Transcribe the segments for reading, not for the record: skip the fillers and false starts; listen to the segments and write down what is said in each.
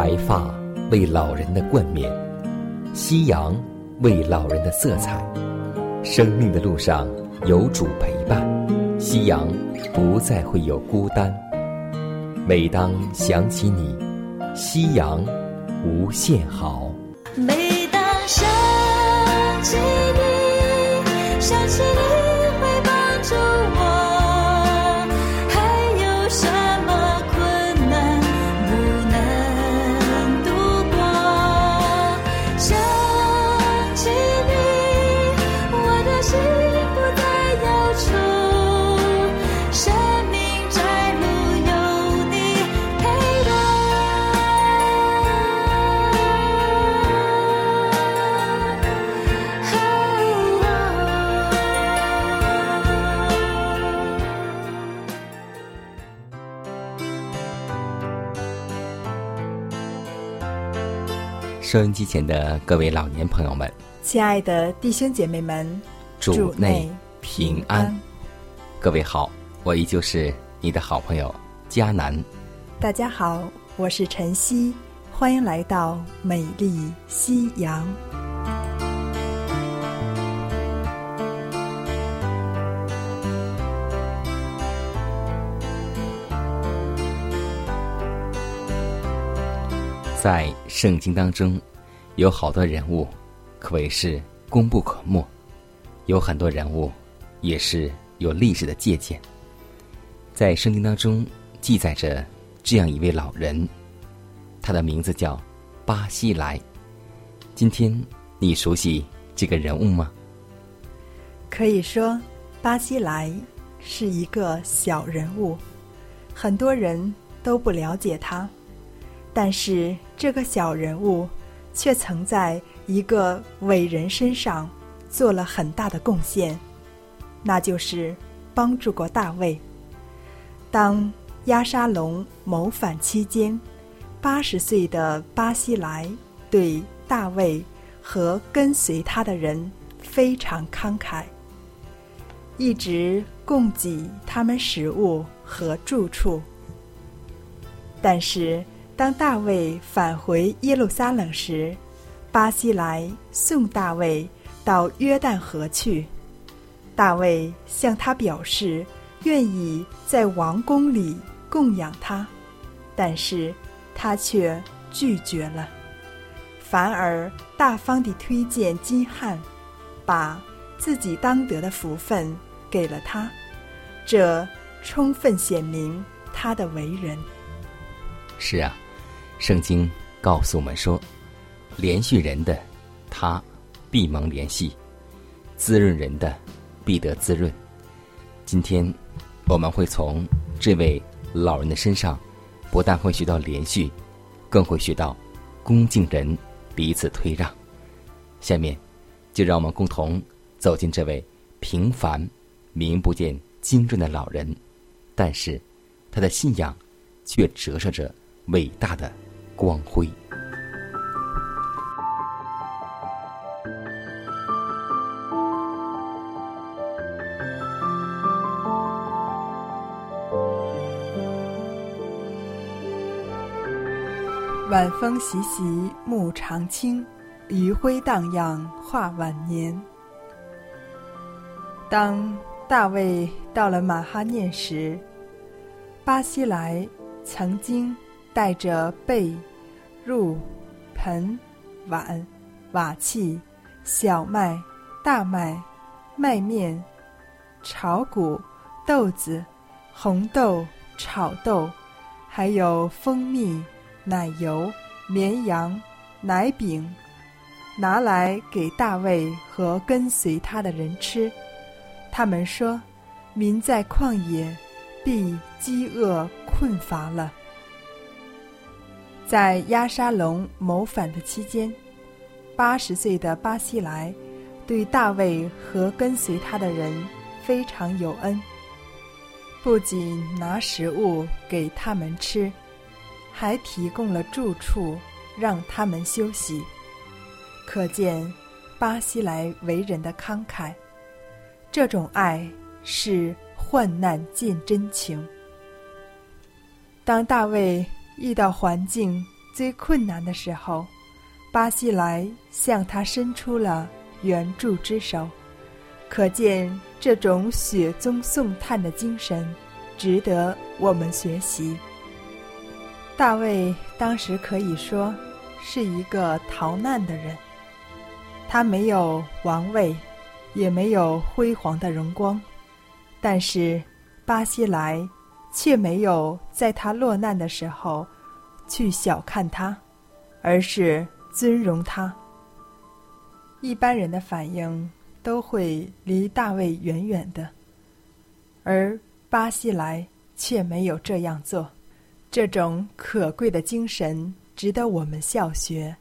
白发为老人的冠冕，夕阳为老人的色彩。生命的路上有主陪伴，夕阳不再会有孤单。每当想起你，夕阳无限好。 每当想起你，想起你会帮助我，还有什么困难不能度过？想起你，我的心不再忧愁，生命窄路有你陪伴。 收音机前的各位老年朋友们， 亲爱的弟兄姐妹们， 主内平安。各位好，我依旧是你的好朋友迦南。 大家好，我是晨曦，欢迎来到美丽夕阳。 在圣经当中，有好多人物可谓是功不可没，有很多人物也是有历史的借鉴。在圣经当中记载着这样一位老人，他的名字叫巴西莱。今天你熟悉这个人物吗？ 可以说巴西莱是一个小人物，很多人都不了解他，但是这个小人物却曾在一个伟人身上做了很大的贡献，那就是帮助过大卫。当押沙龙谋反期间，80岁的巴西莱对大卫和跟随他的人非常慷慨，一直供给他们食物和住处。但是当大卫返回耶路撒冷时，巴西莱送大卫到约旦河去。大卫向他表示愿意在王宫里供养他，但是他却拒绝了，反而大方地推荐金汉，把自己当得的福分给了他，这充分显明他的为人。 是啊，圣经告诉我们说，连续人的他必蒙连续，滋润人的必得滋润。今天我们会从这位老人的身上，不但会学到连续，更会学到恭敬人彼此推让。下面就让我们共同走进这位平凡名不见经传的老人，但是他的信仰却折射着伟大的光辉。 晚风习习木长青，余晖荡漾画晚年。当大卫到了马哈念时，巴西莱曾经带着被、褥、盆、碗、瓦器、小麦、大麦、麦面、炒谷、豆子、红豆、炒豆，还有蜂蜜、奶油、绵羊、奶饼，拿来给大卫和跟随他的人吃。他们说，民在旷野必饥饿困乏了。在押沙龙谋反的期间，80岁的巴西莱对大卫和跟随他的人非常有恩，不仅拿食物给他们吃，还提供了住处让他们休息。可见巴西莱为人的慷慨，这种爱是患难见真情。当大卫遇到环境最困难的时候，巴西莱向他伸出了援助之手。可见这种雪中送炭的精神值得我们学习。大卫当时可以说是一个逃难的人，他没有王位，也没有辉煌的荣光，但是巴西莱却没有在他落难的时候去小看他，而是尊荣他。一般人的反应都会离大卫远远的，而巴西莱却没有这样做。这种可贵的精神值得我们效学。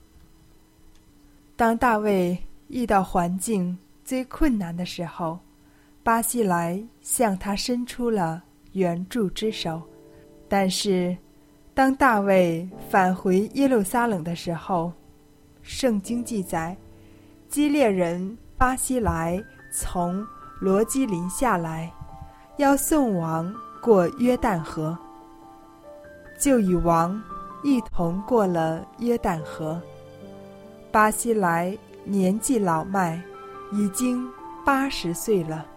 当大卫遇到环境最困难的时候，巴西莱向他伸出了援助之手。但是当大卫返回耶路撒冷的时候，圣经记载，基列人巴西莱从罗基林下来，要送王过约旦河，就与王一同过了约旦河。巴西莱年纪老迈，已经80岁了。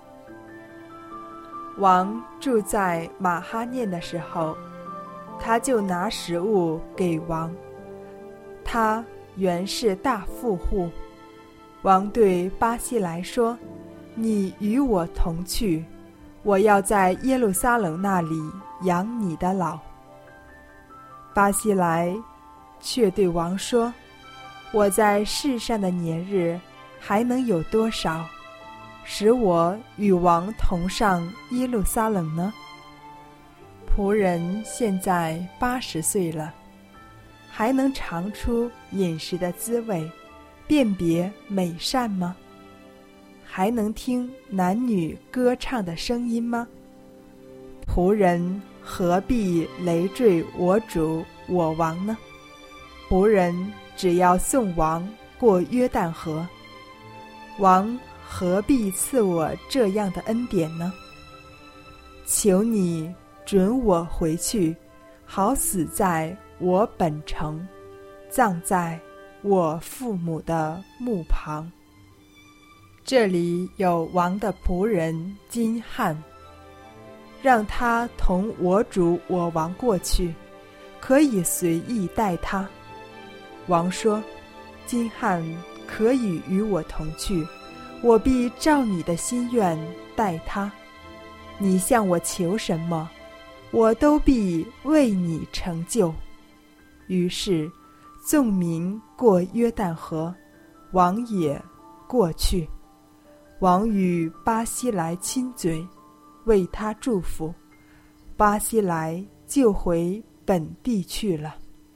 王住在马哈念的时候，他就拿食物给王。他原是大富户。王对巴西莱说：“你与我同去，我要在耶路撒冷那里养你的老。”巴西莱却对王说：“我在世上的年日还能有多少，使我与王同上耶路撒冷呢？仆人现在80岁了，还能尝出饮食的滋味，辨别美善吗？还能听男女歌唱的声音吗？仆人何必累赘我主我王呢？仆人只要送王过约旦河，王何必赐我这样的恩典呢？求你准我回去，好死在我本城，葬在我父母的墓旁。”这里有王的仆人金汉，让他同我主我王过去，可以随意带他。王说：“金汉可以与我同去，我必照你的心愿待他。你向我求什么，我都必为你成就。”于是众民过约旦河，王也过去。王与巴西莱亲嘴，为他祝福，巴西莱就回本地去了。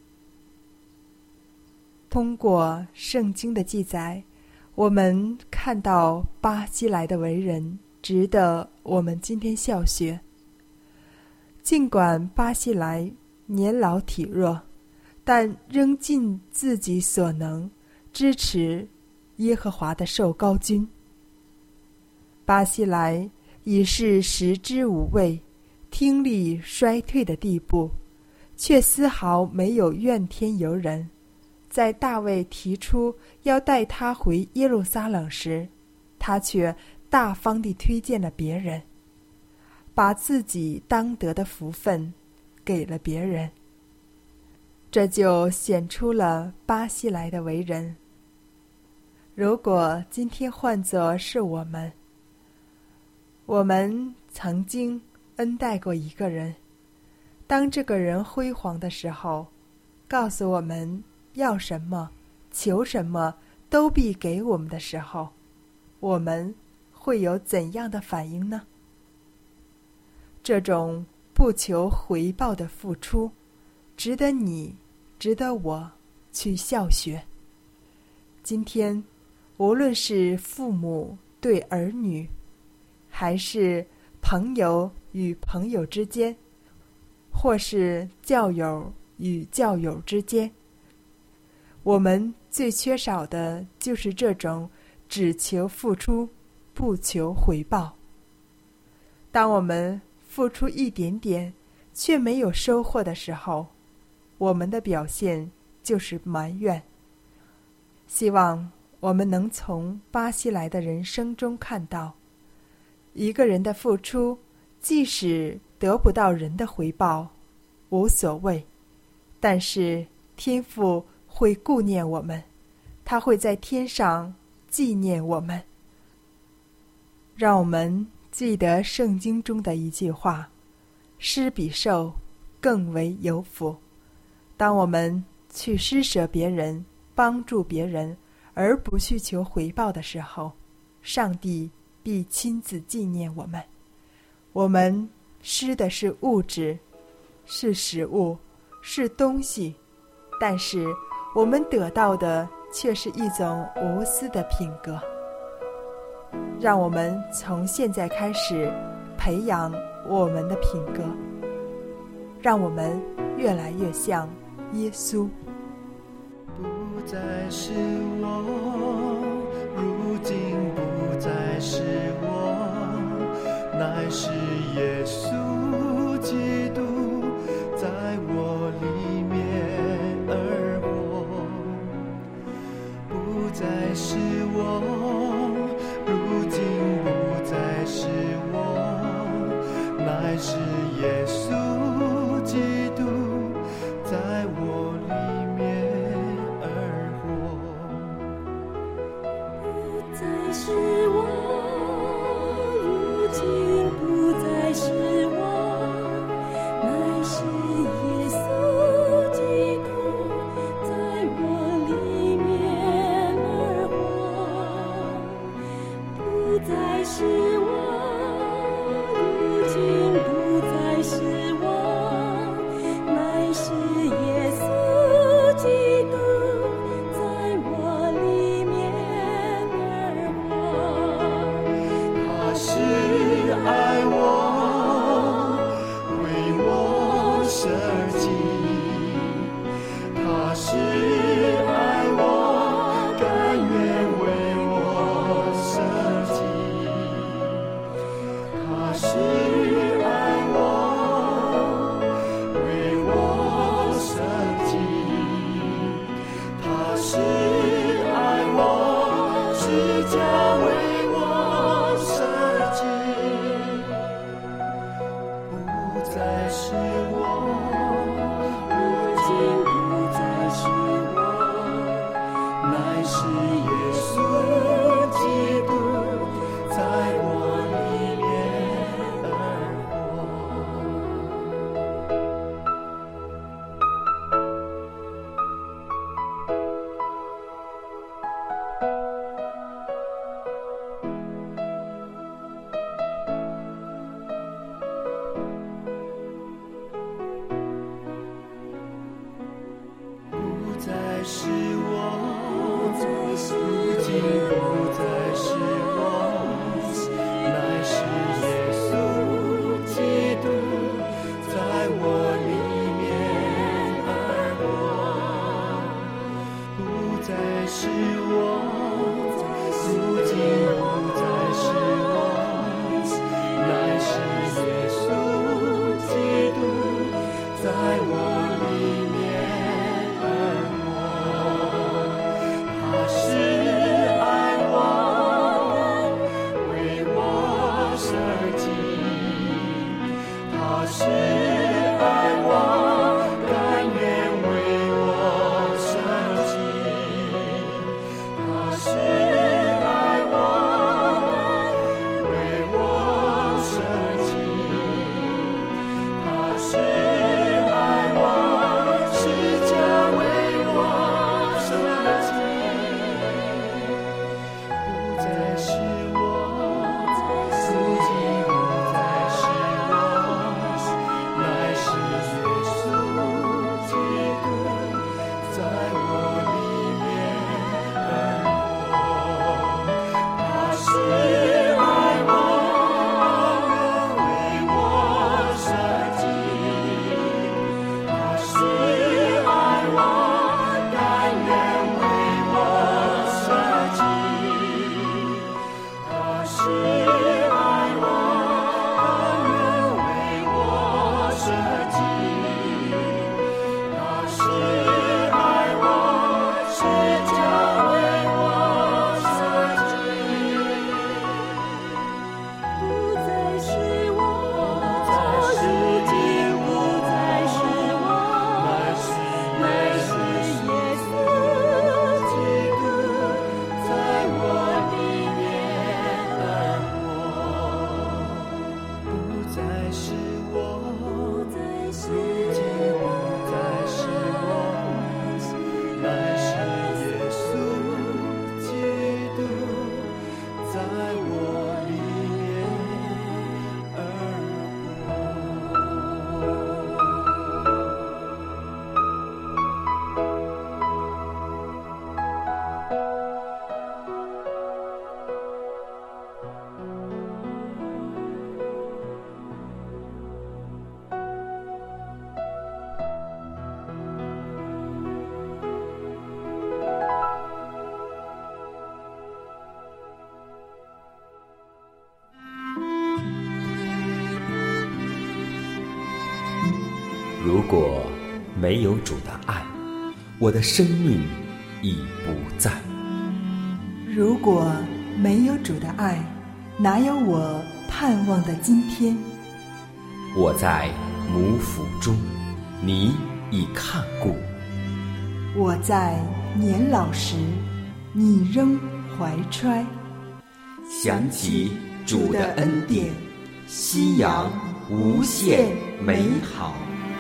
通过圣经的记载，我们看到巴西莱的为人值得我们今天效学。尽管巴西莱年老体弱，但仍尽自己所能支持耶和华的受膏军。巴西莱已是食之无味，听力衰退的地步，却丝毫没有怨天尤人。在大卫提出要带他回耶路撒冷时，他却大方地推荐了别人，把自己当得的福分给了别人。这就显出了巴西莱的为人。如果今天换作是我们曾经恩待过一个人，当这个人辉煌的时候，告诉我们要什么求什么都必给我们的时候，我们会有怎样的反应呢？这种不求回报的付出，值得你值得我去效学。今天无论是父母对儿女，还是朋友与朋友之间，或是教友与教友之间，我们最缺少的就是这种只求付出不求回报。当我们付出一点点却没有收获的时候， 我们的表现就是埋怨。希望我们能从巴西来的人生中看到，一个人的付出，即使得不到人的回报，无所谓，但是天父会顾念我们，他会在天上纪念我们。让我们记得圣经中的一句话：施比受更为有福。当我们去施舍别人，帮助别人，而不去求回报的时候，上帝必亲自纪念我们。我们施的是物质，是食物，是东西，但是我们得到的却是一种无私的品格。让我们从现在开始培养我们的品格，让我们越来越像耶稣。 不再是我，如今不再是我，乃是耶稣基督在我里面而活。不再是我，如今不再是我，乃是耶稣基督在我里面而活。 不再是我，如今不再是我，乃是耶稣基督在我里面而活。不再是我，如今不再是我，乃是耶稣基督在我里面而活。 他是爱我，为我舍己，他是爱我，甘愿为我舍己，他是爱我，为我舍己，他是爱我，是叫为我舍己。不再是我， 如今不再是我， 乃是耶稣基督在我里面而不再是我，如今不再是我，乃是耶稣基督在我里面而活。不再是我，如今不再是我，乃是耶稣基督在我里面而活。他是爱我，为我舍己，他是爱我，甘愿为我舍己，他是爱我，为我舍己，他是爱我， 如果没有主的爱，我的生命已不在。 如果没有主的爱，哪有我盼望的今天？ 我在母腹中，你已看顾； 我在年老时，你仍怀揣。 想起主的恩典，夕阳无限美好。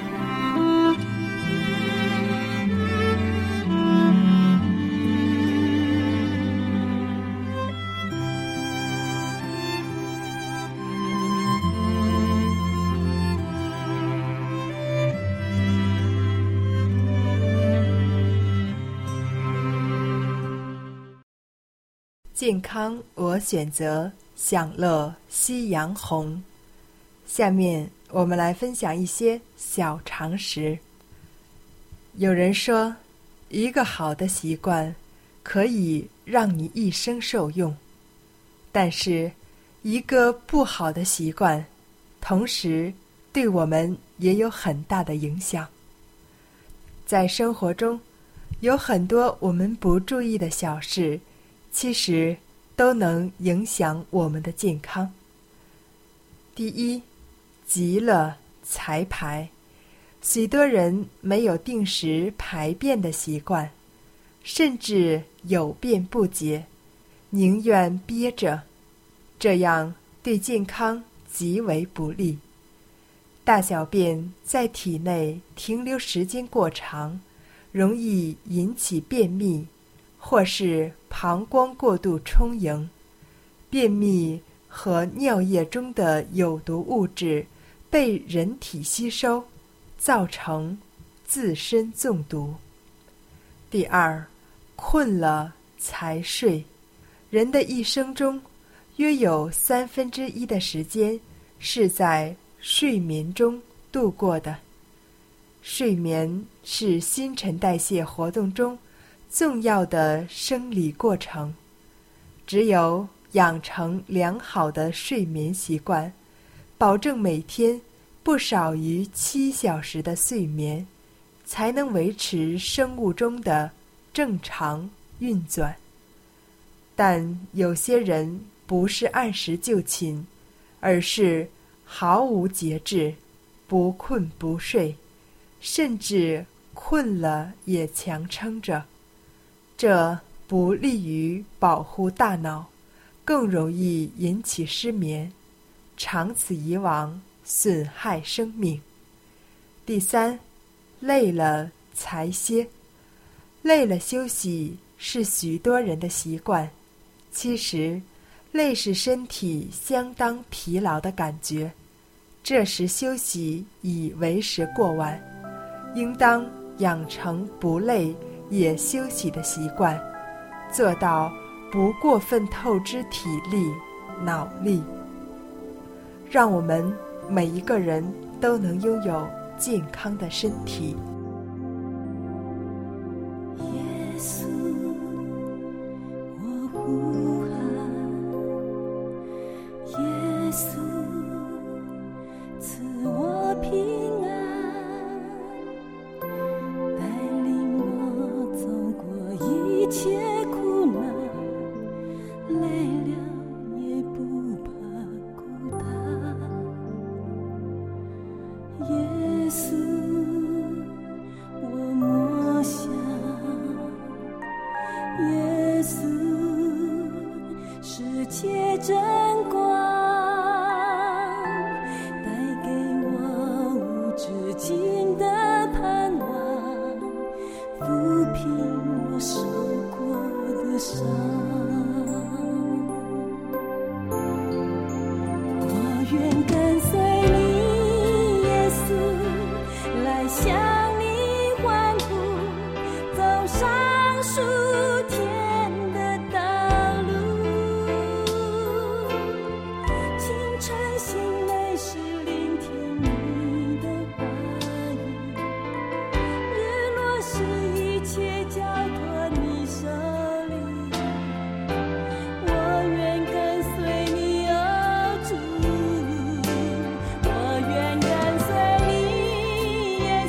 健康我选择，享乐夕阳红。下面我们来分享一些小常识。有人说，一个好的习惯可以让你一生受用，但是一个不好的习惯同时对我们也有很大的影响。在生活中有很多我们不注意的小事，其实都能影响我们的健康。第一，急了才排。许多人没有定时排便的习惯，甚至有便不洁，宁愿憋着，这样对健康极为不利。大小便在体内停留时间过长，容易引起便秘，或是膀胱过度充盈。便秘和尿液中的有毒物质被人体吸收，造成自身中毒。第二，困了才睡。人的一生中，约有1/3的时间是在睡眠中度过的。睡眠是新陈代谢活动中重要的生理过程，只有养成良好的睡眠习惯，保证每天不少于7小时的睡眠，才能维持生物钟的正常运转。但有些人不是按时就寝，而是毫无节制，不困不睡，甚至困了也强撑着。这不利于保护大脑，更容易引起失眠，长此以往损害生命。第三，累了才歇。累了休息是许多人的习惯，其实累是身体相当疲劳的感觉，这时休息已为时过晚，应当养成不累也休息的习惯，做到不过分透支体力、脑力，让我们每一个人都能拥有健康的身体。 耶稣，我呼喊，耶稣，赐我平安，带领我走过一切苦难，累了也不怕孤单。耶稣，我默想，耶稣，世界真光，带给我无止境的盼望，抚平我受过的伤。我愿跟随你，耶稣，来向你欢呼，走上属天的道路。清晨醒来时聆听你的话语，日落时一切交托你手里。我愿跟随你，哦主，我愿跟随你，耶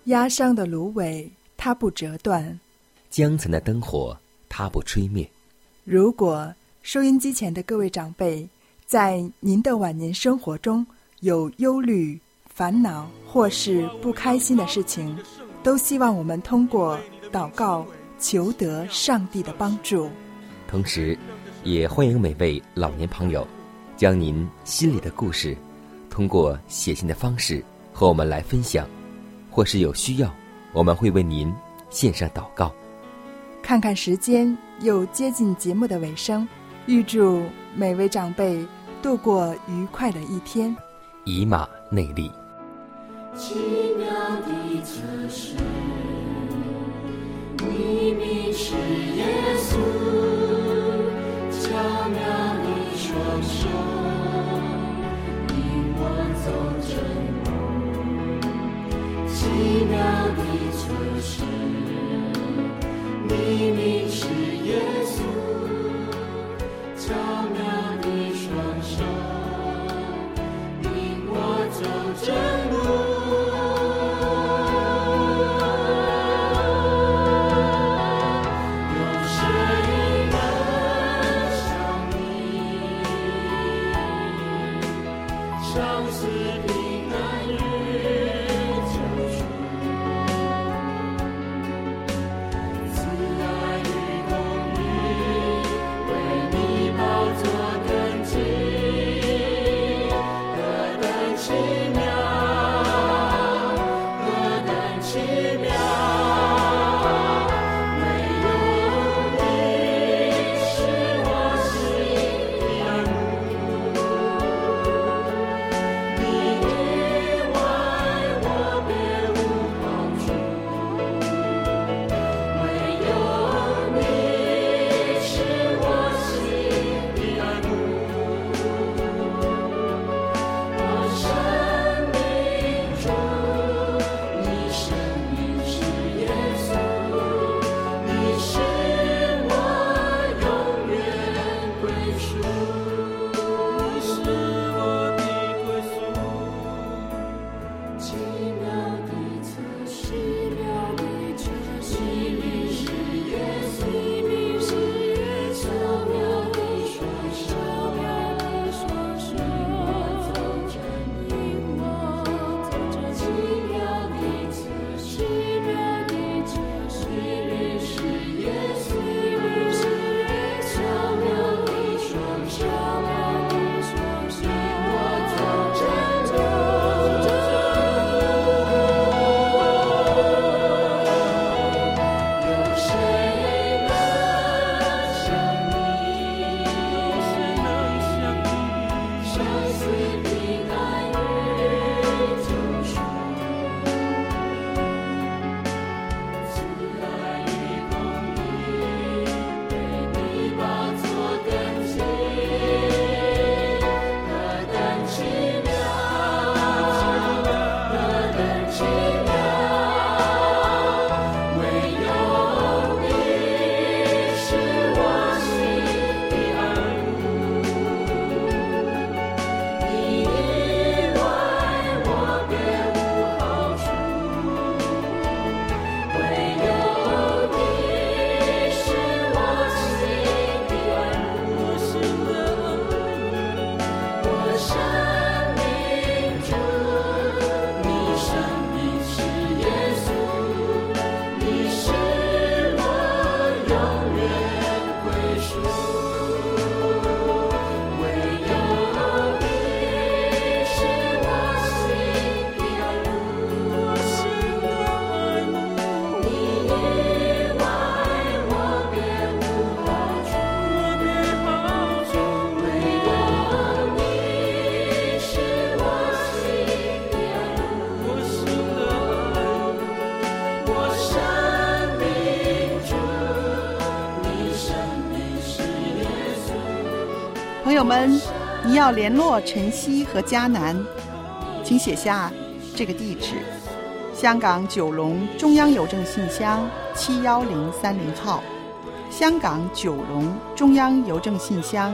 压伤的芦苇它不折断， 江城的灯火它不吹灭。 如果收音机前的各位长辈在您的晚年生活中有忧虑、烦恼或是不开心的事情，都希望我们通过祷告求得上帝的帮助。 同时也欢迎每位老年朋友将您心里的故事通过写信的方式和我们来分享，或是有需要我们会为您献上祷告。 看看时间又接近节目的尾声，预祝每位长辈度过愉快的一天。 以马内利。 奇妙的测试，你名是耶稣，巧妙的双手引我走正路。奇妙的测试，你名是耶稣，巧妙的双手引我走正路。 朋友们，你要联络晨曦和迦南，请写下这个地址：香港九龙中央邮政信箱71030号，香港九龙中央邮政信箱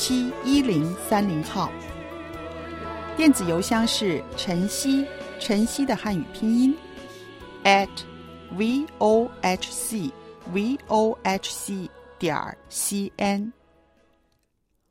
71030号。电子邮箱是晨曦，晨曦的汉语拼音 @vohc.cn。